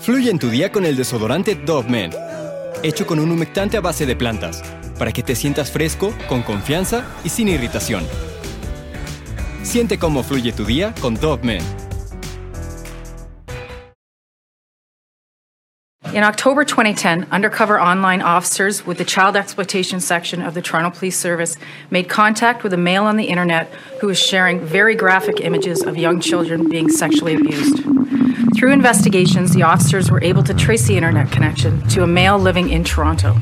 Fluye en tu día con el desodorante Dove Men, hecho con un humectante a base de plantas, para que te sientas fresco, con confianza y sin irritación. Siente cómo fluye tu día con Dove Men. In October 2010, undercover online officers with the Child Exploitation Section of the Toronto Police Service made contact with a male on the internet who was sharing very graphic images of young children being sexually abused. Through investigations, the officers were able to trace the internet connection to a male living in Toronto.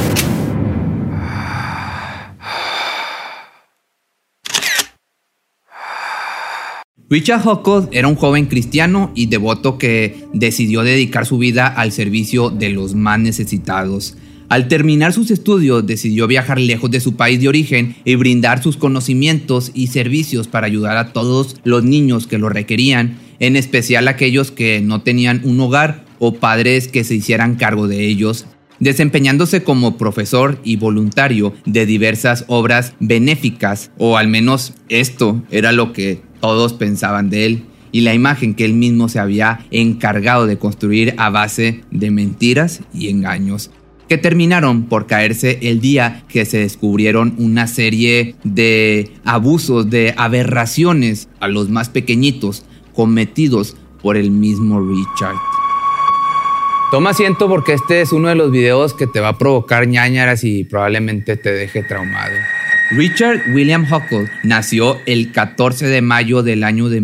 Richard Huckle era un joven cristiano y devoto que decidió dedicar su vida al servicio de los más necesitados. Al terminar sus estudios, decidió viajar lejos de su país de origen y brindar sus conocimientos y servicios para ayudar a todos los niños que lo requerían, en especial aquellos que no tenían un hogar o padres que se hicieran cargo de ellos, desempeñándose como profesor y voluntario de diversas obras benéficas, o al menos esto era lo que todos pensaban de él, y la imagen que él mismo se había encargado de construir a base de mentiras y engaños, que terminaron por caerse el día que se descubrieron una serie de abusos, de aberraciones a los más pequeñitos cometidos por el mismo Richard. Toma asiento porque este es uno de los videos que te va a provocar ñáñaras y probablemente te deje traumado. Richard William Huckle nació el 14 de mayo del año de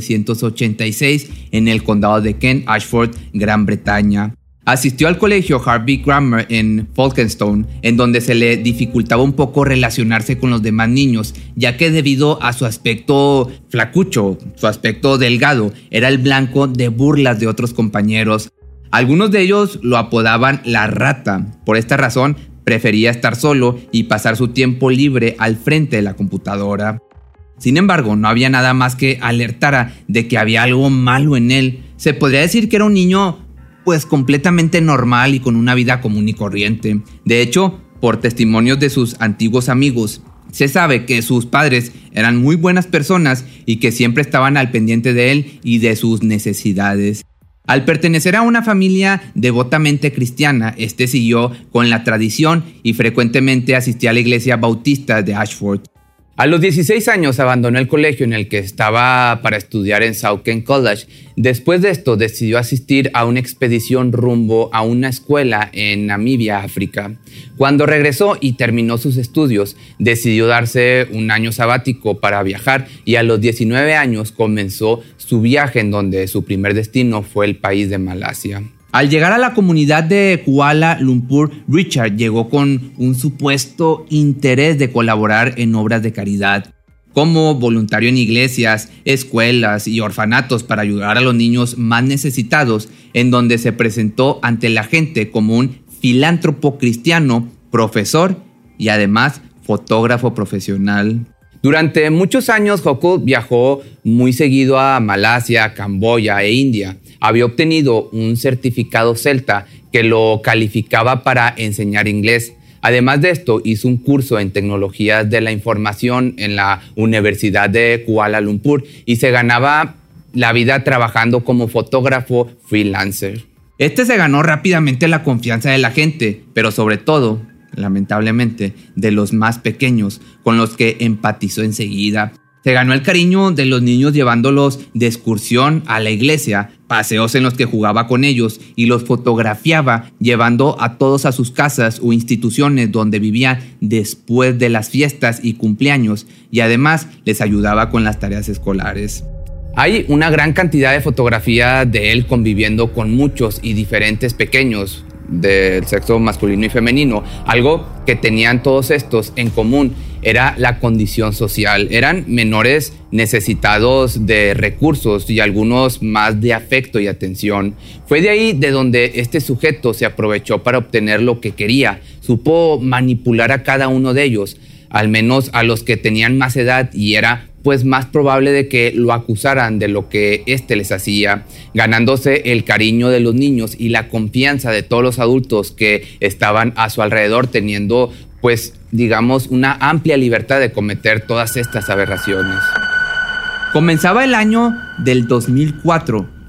1986 en el condado de Kent, Ashford, Gran Bretaña. Asistió al colegio Harvey Grammar en Folkestone, en donde se le dificultaba un poco relacionarse con los demás niños, ya que debido a su aspecto flacucho, su aspecto delgado, era el blanco de burlas de otros compañeros. Algunos de ellos lo apodaban la rata. Por esta razón, prefería estar solo y pasar su tiempo libre al frente de la computadora. Sin embargo, no había nada más que alertara de que había algo malo en él. Se podría decir que era un niño pues completamente normal y con una vida común y corriente. De hecho, por testimonios de sus antiguos amigos, se sabe que sus padres eran muy buenas personas y que siempre estaban al pendiente de él y de sus necesidades. Al pertenecer a una familia devotamente cristiana, siguió con la tradición y frecuentemente asistía a la iglesia bautista de Ashford. A los 16 años abandonó el colegio en el que estaba para estudiar en South Kent College. Después de esto decidió asistir a una expedición rumbo a una escuela en Namibia, África. Cuando regresó y terminó sus estudios, decidió darse un año sabático para viajar y a los 19 años comenzó su viaje en donde su primer destino fue el país de Malasia. Al llegar a la comunidad de Kuala Lumpur, Richard llegó con un supuesto interés de colaborar en obras de caridad, como voluntario en iglesias, escuelas y orfanatos para ayudar a los niños más necesitados, en donde se presentó ante la gente como un filántropo cristiano, profesor y además fotógrafo profesional. Durante muchos años, Huckle viajó muy seguido a Malasia, Camboya e India. Había obtenido un certificado celta que lo calificaba para enseñar inglés. Además de esto, hizo un curso en tecnologías de la información en la Universidad de Kuala Lumpur y se ganaba la vida trabajando como fotógrafo freelancer. Se ganó rápidamente la confianza de la gente, pero sobre todo, lamentablemente, de los más pequeños, con los que empatizó enseguida. Se ganó el cariño de los niños llevándolos de excursión a la iglesia, paseos en los que jugaba con ellos y los fotografiaba llevando a todos a sus casas o instituciones donde vivían después de las fiestas y cumpleaños, y además les ayudaba con las tareas escolares. Hay una gran cantidad de fotografías de él conviviendo con muchos y diferentes pequeños del sexo masculino y femenino. Algo que tenían todos estos en común era la condición social. Eran menores necesitados de recursos y algunos más de afecto y atención. Fue de ahí de donde este sujeto se aprovechó para obtener lo que quería. Supo manipular a cada uno de ellos, al menos a los que tenían más edad, y era pues más probable de que lo acusaran de lo que les hacía, ganándose el cariño de los niños y la confianza de todos los adultos que estaban a su alrededor, teniendo pues digamos una amplia libertad de cometer todas estas aberraciones. Comenzaba el año del 2004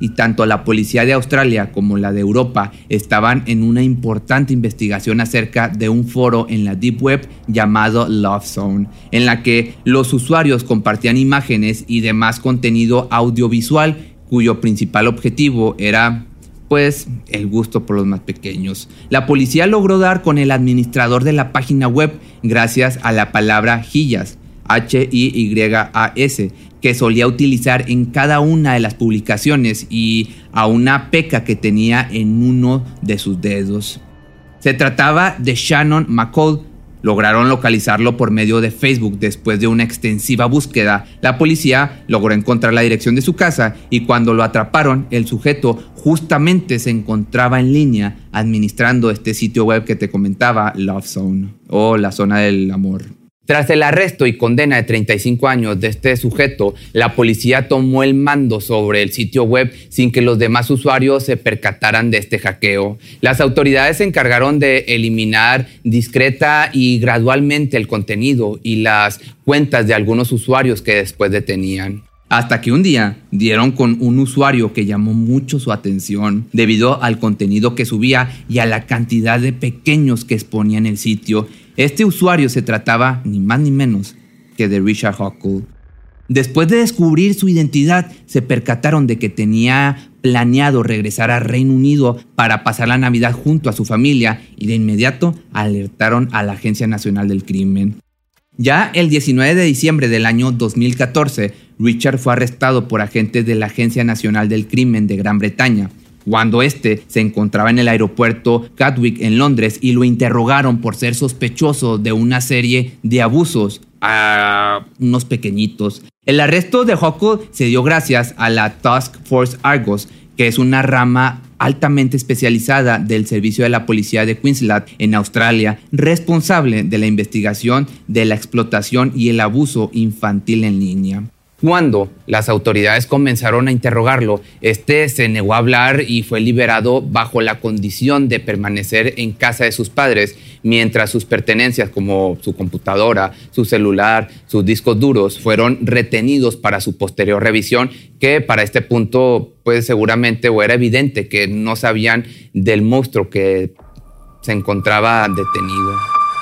y tanto la policía de Australia como la de Europa estaban en una importante investigación acerca de un foro en la Deep Web llamado Love Zone, en la que los usuarios compartían imágenes y demás contenido audiovisual cuyo principal objetivo era pues el gusto por los más pequeños. La policía logró dar con el administrador de la página web gracias a la palabra Hiyas, H-I-Y-A-S, que solía utilizar en cada una de las publicaciones y a una peca que tenía en uno de sus dedos. Se trataba de Shannon McCall. Lograron localizarlo por medio de Facebook. Después de una extensiva búsqueda, la policía logró encontrar la dirección de su casa y cuando lo atraparon, el sujeto justamente se encontraba en línea administrando este sitio web que te comentaba, Love Zone, o la zona del amor. Tras el arresto y condena de 35 años de este sujeto, la policía tomó el mando sobre el sitio web sin que los demás usuarios se percataran de este hackeo. Las autoridades se encargaron de eliminar discreta y gradualmente el contenido y las cuentas de algunos usuarios que después detenían. Hasta que un día dieron con un usuario que llamó mucho su atención debido al contenido que subía y a la cantidad de pequeños que exponía en el sitio. Este usuario se trataba ni más ni menos que de Richard Huckle. Después de descubrir su identidad, se percataron de que tenía planeado regresar a Reino Unido para pasar la Navidad junto a su familia y de inmediato alertaron a la Agencia Nacional del Crimen. Ya el 19 de diciembre del año 2014, Richard fue arrestado por agentes de la Agencia Nacional del Crimen de Gran Bretaña, cuando se encontraba en el aeropuerto Gatwick en Londres y lo interrogaron por ser sospechoso de una serie de abusos a unos pequeñitos. El arresto de Huckle se dio gracias a la Task Force Argos, que es una rama altamente especializada del servicio de la policía de Queensland en Australia, responsable de la investigación de la explotación y el abuso infantil en línea. Cuando las autoridades comenzaron a interrogarlo, se negó a hablar y fue liberado bajo la condición de permanecer en casa de sus padres, mientras sus pertenencias como su computadora, su celular, sus discos duros fueron retenidos para su posterior revisión, que para este punto pues seguramente o era evidente que no sabían del monstruo que se encontraba detenido.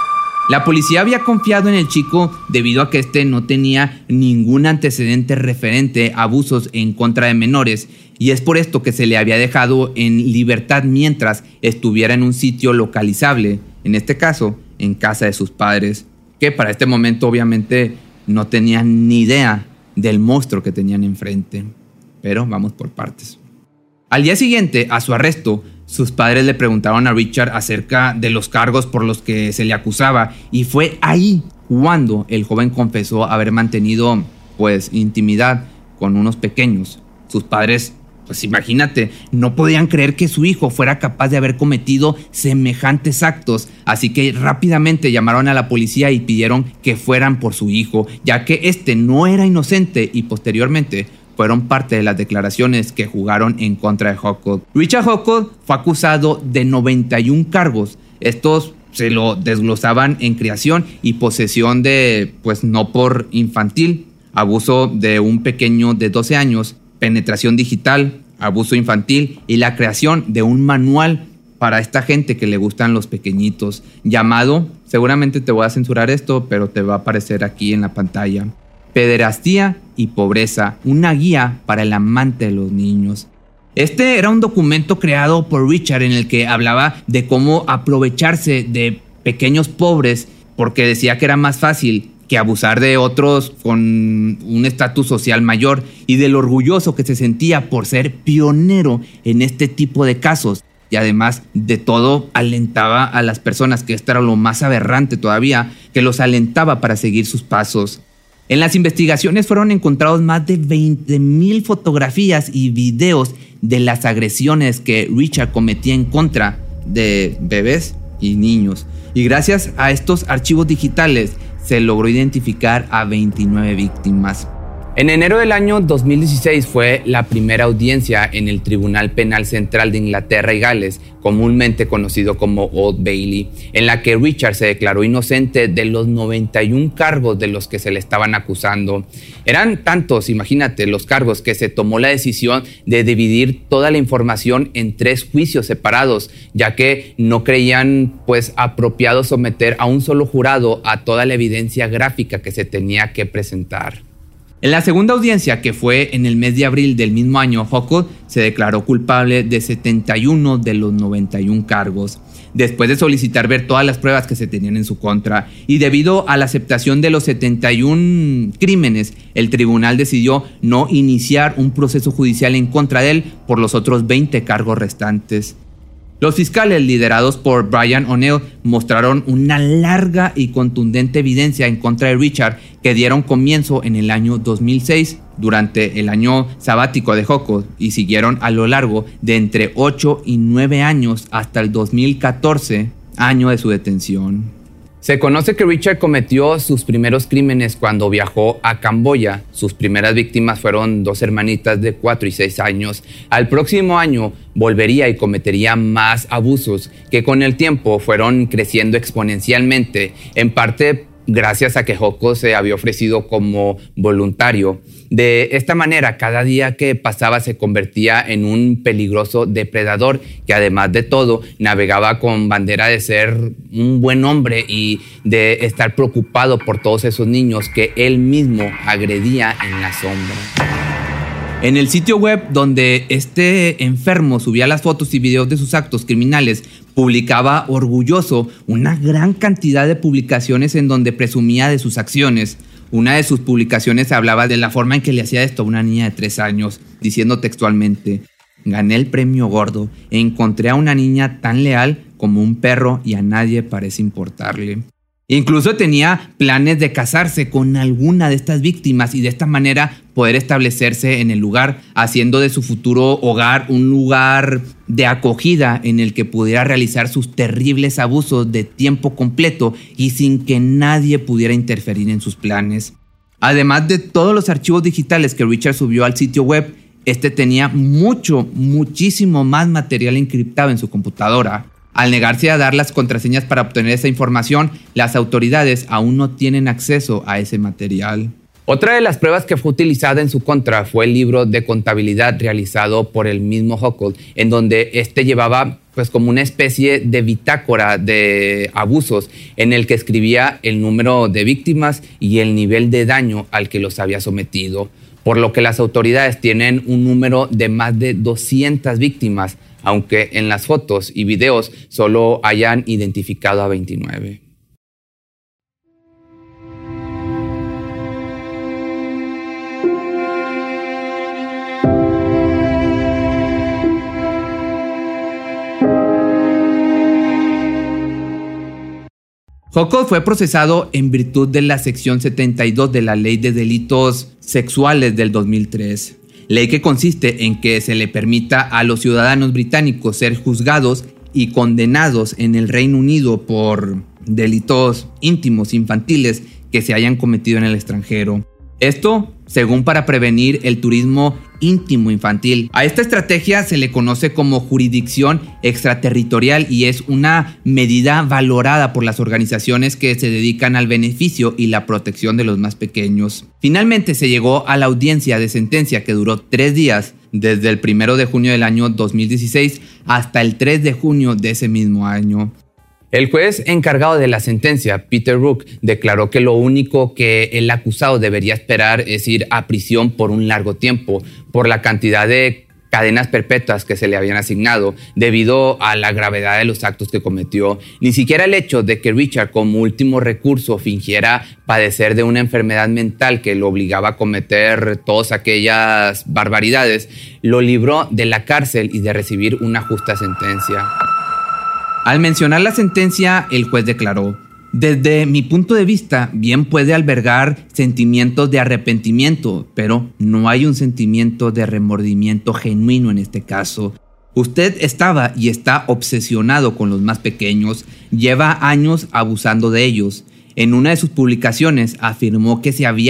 La policía había confiado en el chico debido a que no tenía ningún antecedente referente a abusos en contra de menores y es por esto que se le había dejado en libertad mientras estuviera en un sitio localizable, en este caso en casa de sus padres, que para este momento obviamente no tenían ni idea del monstruo que tenían enfrente. Pero vamos por partes. Al día siguiente a su arresto, sus padres le preguntaron a Richard acerca de los cargos por los que se le acusaba y fue ahí cuando el joven confesó haber mantenido intimidad con unos pequeños. Sus padres, imagínate, no podían creer que su hijo fuera capaz de haber cometido semejantes actos, así que rápidamente llamaron a la policía y pidieron que fueran por su hijo, ya que no era inocente y posteriormente fueron parte de las declaraciones que jugaron en contra de Huckle. Richard Huckle fue acusado de 91 cargos. Estos se lo desglosaban en creación y posesión de, no por infantil, abuso de un pequeño de 12 años, penetración digital, abuso infantil y la creación de un manual para esta gente que le gustan los pequeñitos, llamado, seguramente te voy a censurar esto, pero te va a aparecer aquí en la pantalla, Pederastía y Pobreza, una guía para el amante de los niños. Era un documento creado por Richard en el que hablaba de cómo aprovecharse de pequeños pobres porque decía que era más fácil que abusar de otros con un estatus social mayor y del orgulloso que se sentía por ser pionero en este tipo de casos. Y además de todo, alentaba a las personas, que esto era lo más aberrante todavía, que los alentaba para seguir sus pasos. En las investigaciones fueron encontrados más de 20,000 fotografías y videos de las agresiones que Richard cometía en contra de bebés y niños. Y gracias a estos archivos digitales se logró identificar a 29 víctimas. En enero del año 2016 fue la primera audiencia en el Tribunal Penal Central de Inglaterra y Gales, comúnmente conocido como Old Bailey, en la que Richard se declaró inocente de los 91 cargos de los que se le estaban acusando. Eran tantos, imagínate, los cargos, que se tomó la decisión de dividir toda la información en 3 juicios separados, ya que no creían apropiado someter a un solo jurado a toda la evidencia gráfica que se tenía que presentar. En la segunda audiencia, que fue en el mes de abril del mismo año, Huckle se declaró culpable de 71 de los 91 cargos, después de solicitar ver todas las pruebas que se tenían en su contra, y debido a la aceptación de los 71 crímenes, el tribunal decidió no iniciar un proceso judicial en contra de él por los otros 20 cargos restantes. Los fiscales, liderados por Brian O'Neill, mostraron una larga y contundente evidencia en contra de Richard, que dieron comienzo en el año 2006, durante el año sabático de Huckle, y siguieron a lo largo de entre 8 y 9 años hasta el 2014, año de su detención. Se conoce que Richard cometió sus primeros crímenes cuando viajó a Camboya. Sus primeras víctimas fueron 2 hermanitas de 4 y 6 años. Al próximo año volvería y cometería más abusos, que con el tiempo fueron creciendo exponencialmente, en parte gracias a que Huckle se había ofrecido como voluntario. De esta manera, cada día que pasaba se convertía en un peligroso depredador que, además de todo, navegaba con bandera de ser un buen hombre y de estar preocupado por todos esos niños que él mismo agredía en la sombra. En el sitio web donde este enfermo subía las fotos y videos de sus actos criminales, publicaba orgulloso una gran cantidad de publicaciones en donde presumía de sus acciones. Una de sus publicaciones hablaba de la forma en que le hacía esto a una niña de 3 años, diciendo textualmente: "Gané el premio gordo, encontré a una niña tan leal como un perro y a nadie parece importarle". Incluso tenía planes de casarse con alguna de estas víctimas y de esta manera poder establecerse en el lugar, haciendo de su futuro hogar un lugar de acogida en el que pudiera realizar sus terribles abusos de tiempo completo y sin que nadie pudiera interferir en sus planes. Además de todos los archivos digitales que Richard subió al sitio web, este tenía muchísimo más material encriptado en su computadora. Al negarse a dar las contraseñas para obtener esa información, las autoridades aún no tienen acceso a ese material. Otra de las pruebas que fue utilizada en su contra fue el libro de contabilidad realizado por el mismo Huckle, en donde este llevaba como una especie de bitácora de abusos en el que escribía el número de víctimas y el nivel de daño al que los había sometido, por lo que las autoridades tienen un número de más de 200 víctimas, aunque en las fotos y videos solo hayan identificado a 29. Huckle fue procesado en virtud de la sección 72 de la Ley de Delitos Sexuales del 2003. Ley que consiste en que se le permita a los ciudadanos británicos ser juzgados y condenados en el Reino Unido por delitos íntimos infantiles que se hayan cometido en el extranjero. Esto, según para prevenir el turismo íntimo infantil. A esta estrategia se le conoce como jurisdicción extraterritorial y es una medida valorada por las organizaciones que se dedican al beneficio y la protección de los más pequeños. Finalmente se llegó a la audiencia de sentencia, que duró 3 días, desde el 1 de junio del año 2016 hasta el 3 de junio de ese mismo año. El juez encargado de la sentencia, Peter Rook, declaró que lo único que el acusado debería esperar es ir a prisión por un largo tiempo, por la cantidad de cadenas perpetuas que se le habían asignado, debido a la gravedad de los actos que cometió. Ni siquiera el hecho de que Richard, como último recurso, fingiera padecer de una enfermedad mental que lo obligaba a cometer todas aquellas barbaridades, lo libró de la cárcel y de recibir una justa sentencia. Al mencionar la sentencia, el juez declaró: "Desde mi punto de vista, bien puede albergar sentimientos de arrepentimiento, pero no hay un sentimiento de remordimiento genuino en este caso. Usted estaba y está obsesionado con los más pequeños, lleva años abusando de ellos. En una de sus publicaciones afirmó que se había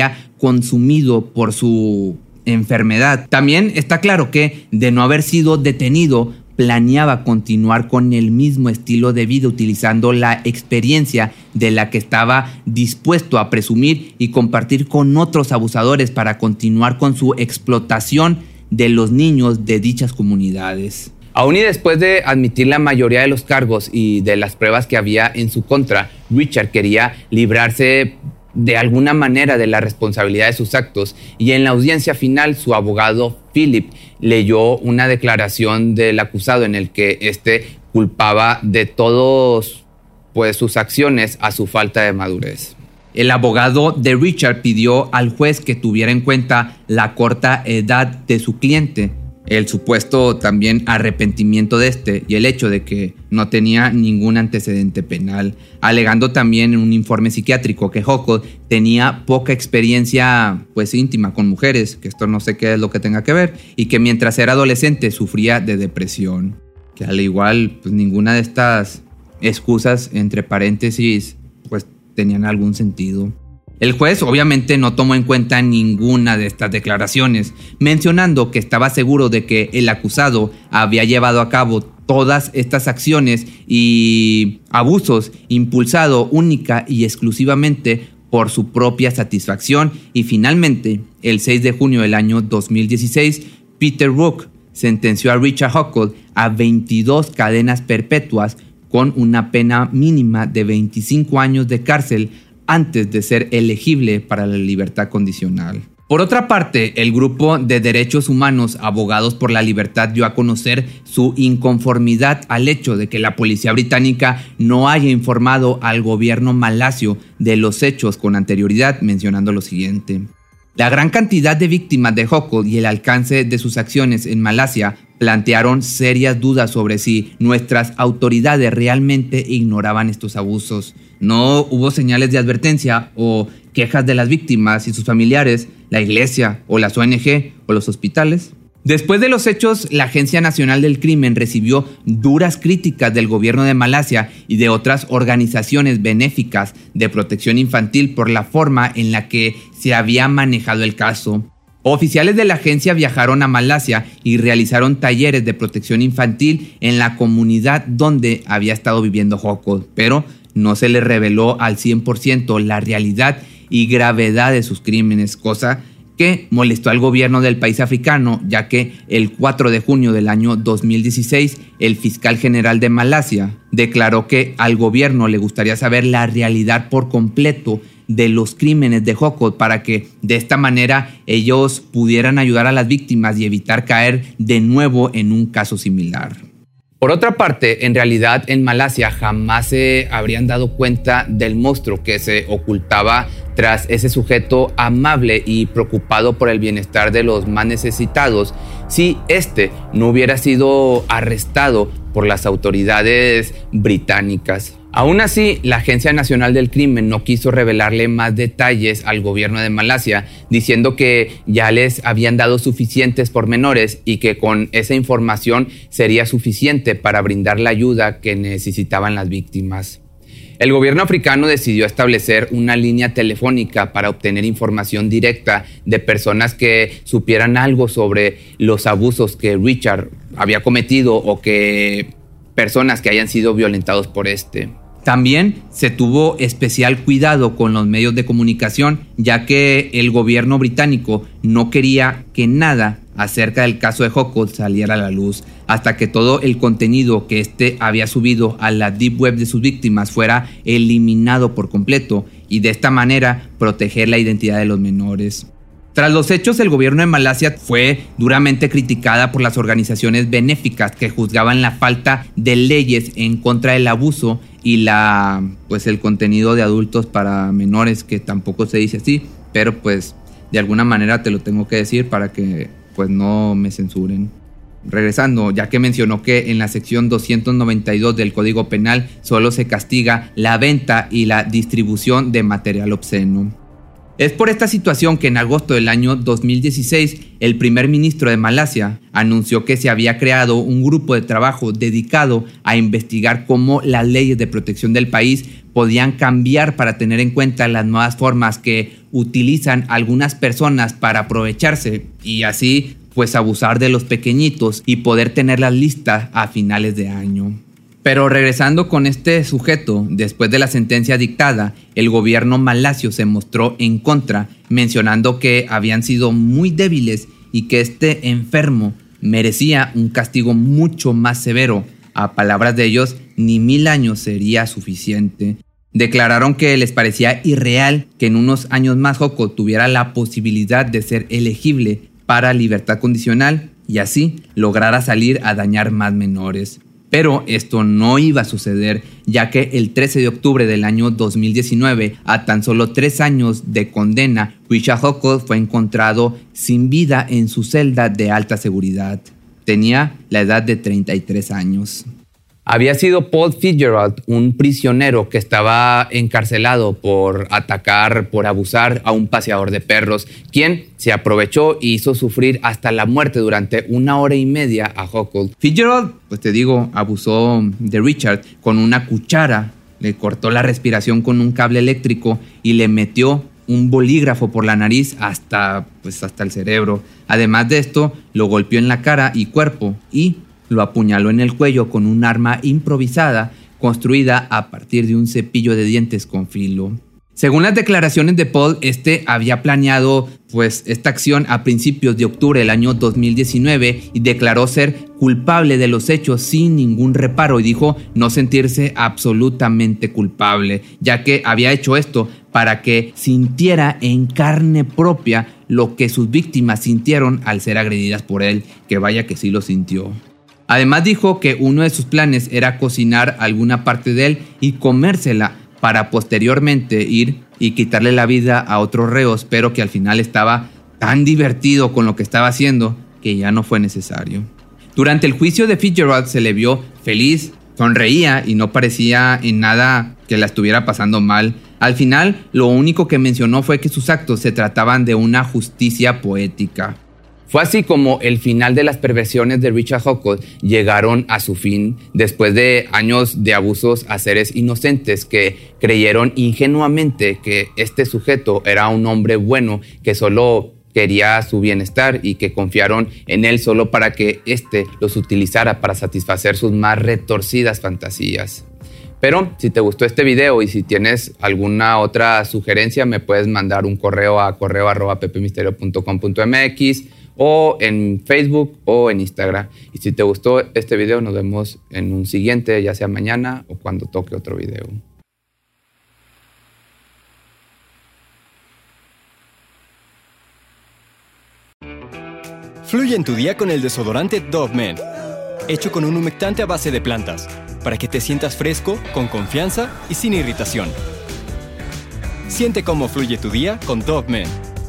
consumido por su enfermedad. También está claro que, de no haber sido detenido, planeaba continuar con el mismo estilo de vida utilizando la experiencia de la que estaba dispuesto a presumir y compartir con otros abusadores para continuar con su explotación de los niños de dichas comunidades. Aún y después de admitir la mayoría de los cargos y de las pruebas que había en su contra, Richard quería librarse de alguna manera de la responsabilidad de sus actos, y en la audiencia final su abogado Philip leyó una declaración del acusado en el que éste culpaba de todos sus acciones a su falta de madurez. El abogado de Richard pidió al juez que tuviera en cuenta la corta edad de su cliente, el supuesto también arrepentimiento de este y el hecho de que no tenía ningún antecedente penal, alegando también en un informe psiquiátrico que Hochul tenía poca experiencia íntima con mujeres, que esto no sé qué es lo que tenga que ver, y que mientras era adolescente sufría de depresión, que al igual ninguna de estas excusas entre paréntesis tenían algún sentido. El juez obviamente no tomó en cuenta ninguna de estas declaraciones, mencionando que estaba seguro de que el acusado había llevado a cabo todas estas acciones y abusos impulsado única y exclusivamente por su propia satisfacción. Y finalmente, el 6 de junio del año 2016, Peter Rook sentenció a Richard Hochul a 22 cadenas perpetuas con una pena mínima de 25 años de cárcel antes de ser elegible para la libertad condicional. Por otra parte, el grupo de derechos humanos Abogados por la Libertad dio a conocer su inconformidad al hecho de que la policía británica no haya informado al gobierno malasio de los hechos con anterioridad, mencionando lo siguiente: la gran cantidad de víctimas de Hochul y el alcance de sus acciones en Malasia plantearon serias dudas sobre si nuestras autoridades realmente ignoraban estos abusos. No hubo señales de advertencia o quejas de las víctimas y sus familiares, la iglesia o las ONG o los hospitales. Después de los hechos, la Agencia Nacional del Crimen recibió duras críticas del gobierno de Malasia y de otras organizaciones benéficas de protección infantil por la forma en la que se había manejado el caso. Oficiales de la agencia viajaron a Malasia y realizaron talleres de protección infantil en la comunidad donde había estado viviendo Hochul, pero no se le reveló al 100% la realidad y gravedad de sus crímenes, cosa que molestó al gobierno del país africano, ya que el 4 de junio del año 2016, el fiscal general de Malasia declaró que al gobierno le gustaría saber la realidad por completo de los crímenes de Hochul para que de esta manera ellos pudieran ayudar a las víctimas y evitar caer de nuevo en un caso similar. Por otra parte, en realidad en Malasia jamás se habrían dado cuenta del monstruo que se ocultaba tras ese sujeto amable y preocupado por el bienestar de los más necesitados si este no hubiera sido arrestado por las autoridades británicas. Aún así, la Agencia Nacional del Crimen no quiso revelarle más detalles al gobierno de Malasia, diciendo que ya les habían dado suficientes pormenores y que con esa información sería suficiente para brindar la ayuda que necesitaban las víctimas. El gobierno africano decidió establecer una línea telefónica para obtener información directa de personas que supieran algo sobre los abusos que Richard había cometido o que personas que hayan sido violentados por este. También se tuvo especial cuidado con los medios de comunicación, ya que el gobierno británico no quería que nada acerca del caso de Hochul saliera a la luz, hasta que todo el contenido que éste había subido a la deep web de sus víctimas fuera eliminado por completo, y de esta manera proteger la identidad de los menores. Tras los hechos, el gobierno de Malasia fue duramente criticada por las organizaciones benéficas que juzgaban la falta de leyes en contra del abuso y el contenido de adultos para menores, que tampoco se dice así, pero de alguna manera te lo tengo que decir para que no me censuren. Regresando, ya que mencionó que en la sección 292 del Código Penal solo se castiga la venta y la distribución de material obsceno. Es por esta situación que en agosto del año 2016, el primer ministro de Malasia anunció que se había creado un grupo de trabajo dedicado a investigar cómo las leyes de protección del país podían cambiar para tener en cuenta las nuevas formas que utilizan algunas personas para aprovecharse y así pues abusar de los pequeñitos y poder tenerlas listas a finales de año. Pero regresando con este sujeto, después de la sentencia dictada, el gobierno malasio se mostró en contra, mencionando que habían sido muy débiles y que este enfermo merecía un castigo mucho más severo. A palabras de ellos, ni 1000 años sería suficiente. Declararon que les parecía irreal que en unos años más Joko tuviera la posibilidad de ser elegible para libertad condicional y así lograra salir a dañar más menores. Pero esto no iba a suceder, ya que el 13 de octubre del año 2019, a tan solo 3 años de condena, Richard Joko fue encontrado sin vida en su celda de alta seguridad. Tenía la edad de 33 años. Había sido Paul Fitzgerald, un prisionero que estaba encarcelado por abusar a un paseador de perros, quien se aprovechó y hizo sufrir hasta la muerte durante 1 hora y media a Joko. Fitzgerald, abusó de Richard con una cuchara, le cortó la respiración con un cable eléctrico y le metió un bolígrafo por la nariz hasta el cerebro. Además de esto, lo golpeó en la cara y cuerpo y lo apuñaló en el cuello con un arma improvisada construida a partir de un cepillo de dientes con filo. Según las declaraciones de Paul, había planeado esta acción a principios de octubre del año 2019 y declaró ser culpable de los hechos sin ningún reparo y dijo no sentirse absolutamente culpable, ya que había hecho esto para que sintiera en carne propia lo que sus víctimas sintieron al ser agredidas por él, que vaya que sí lo sintió. Además dijo que uno de sus planes era cocinar alguna parte de él y comérsela para posteriormente ir y quitarle la vida a otros reos, pero que al final estaba tan divertido con lo que estaba haciendo que ya no fue necesario. Durante el juicio de Fitzgerald se le vio feliz, sonreía y no parecía en nada que la estuviera pasando mal. Al final, lo único que mencionó fue que sus actos se trataban de una justicia poética. Fue así como el final de las perversiones de Richard Joko llegaron a su fin después de años de abusos a seres inocentes que creyeron ingenuamente que este sujeto era un hombre bueno que solo quería su bienestar y que confiaron en él solo para que los utilizara para satisfacer sus más retorcidas fantasías. Pero si te gustó este video y si tienes alguna otra sugerencia, me puedes mandar un correo a correo@pepemisterio.com.mx o en Facebook o en Instagram. Y si te gustó este video, nos vemos en un siguiente, ya sea mañana o cuando toque otro video. Fluye en tu día con el desodorante Dove Men, hecho con un humectante a base de plantas, para que te sientas fresco, con confianza y sin irritación. Siente cómo fluye tu día con Dove Men.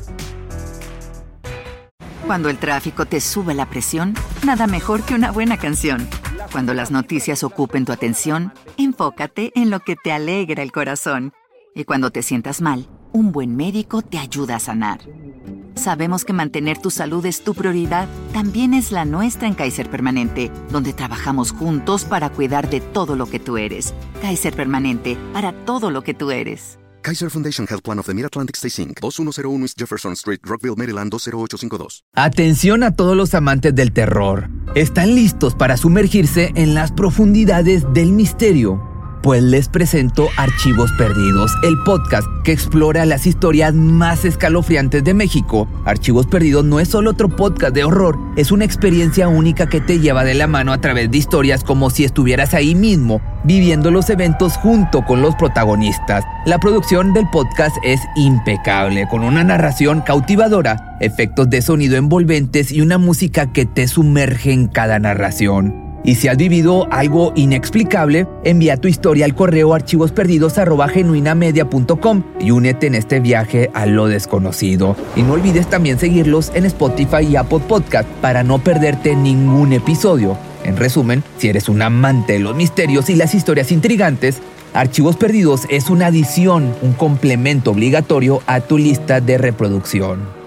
Cuando el tráfico te sube la presión, nada mejor que una buena canción. Cuando las noticias ocupen tu atención, enfócate en lo que te alegra el corazón. Y cuando te sientas mal, un buen médico te ayuda a sanar. Sabemos que mantener tu salud es tu prioridad, también es la nuestra en Kaiser Permanente, donde trabajamos juntos para cuidar de todo lo que tú eres. Kaiser Permanente, para todo lo que tú eres. Kaiser Foundation Health Plan of the Mid-Atlantic Stay Inc. 2101 East Jefferson Street, Rockville, Maryland 20852. Atención a todos los amantes del terror. ¿Están listos para sumergirse en las profundidades del misterio? Pues les presento Archivos Perdidos, el podcast que explora las historias más escalofriantes de México. Archivos Perdidos no es solo otro podcast de horror, es una experiencia única que te lleva de la mano a través de historias como si estuvieras ahí mismo, viviendo los eventos junto con los protagonistas. La producción del podcast es impecable, con una narración cautivadora, efectos de sonido envolventes y una música que te sumerge en cada narración. Y si has vivido algo inexplicable, envía tu historia al correo archivosperdidos@genuinamedia.com y únete en este viaje a lo desconocido. Y no olvides también seguirlos en Spotify y Apple Podcast para no perderte ningún episodio. En resumen, si eres un amante de los misterios y las historias intrigantes, Archivos Perdidos es una adición, un complemento obligatorio a tu lista de reproducción.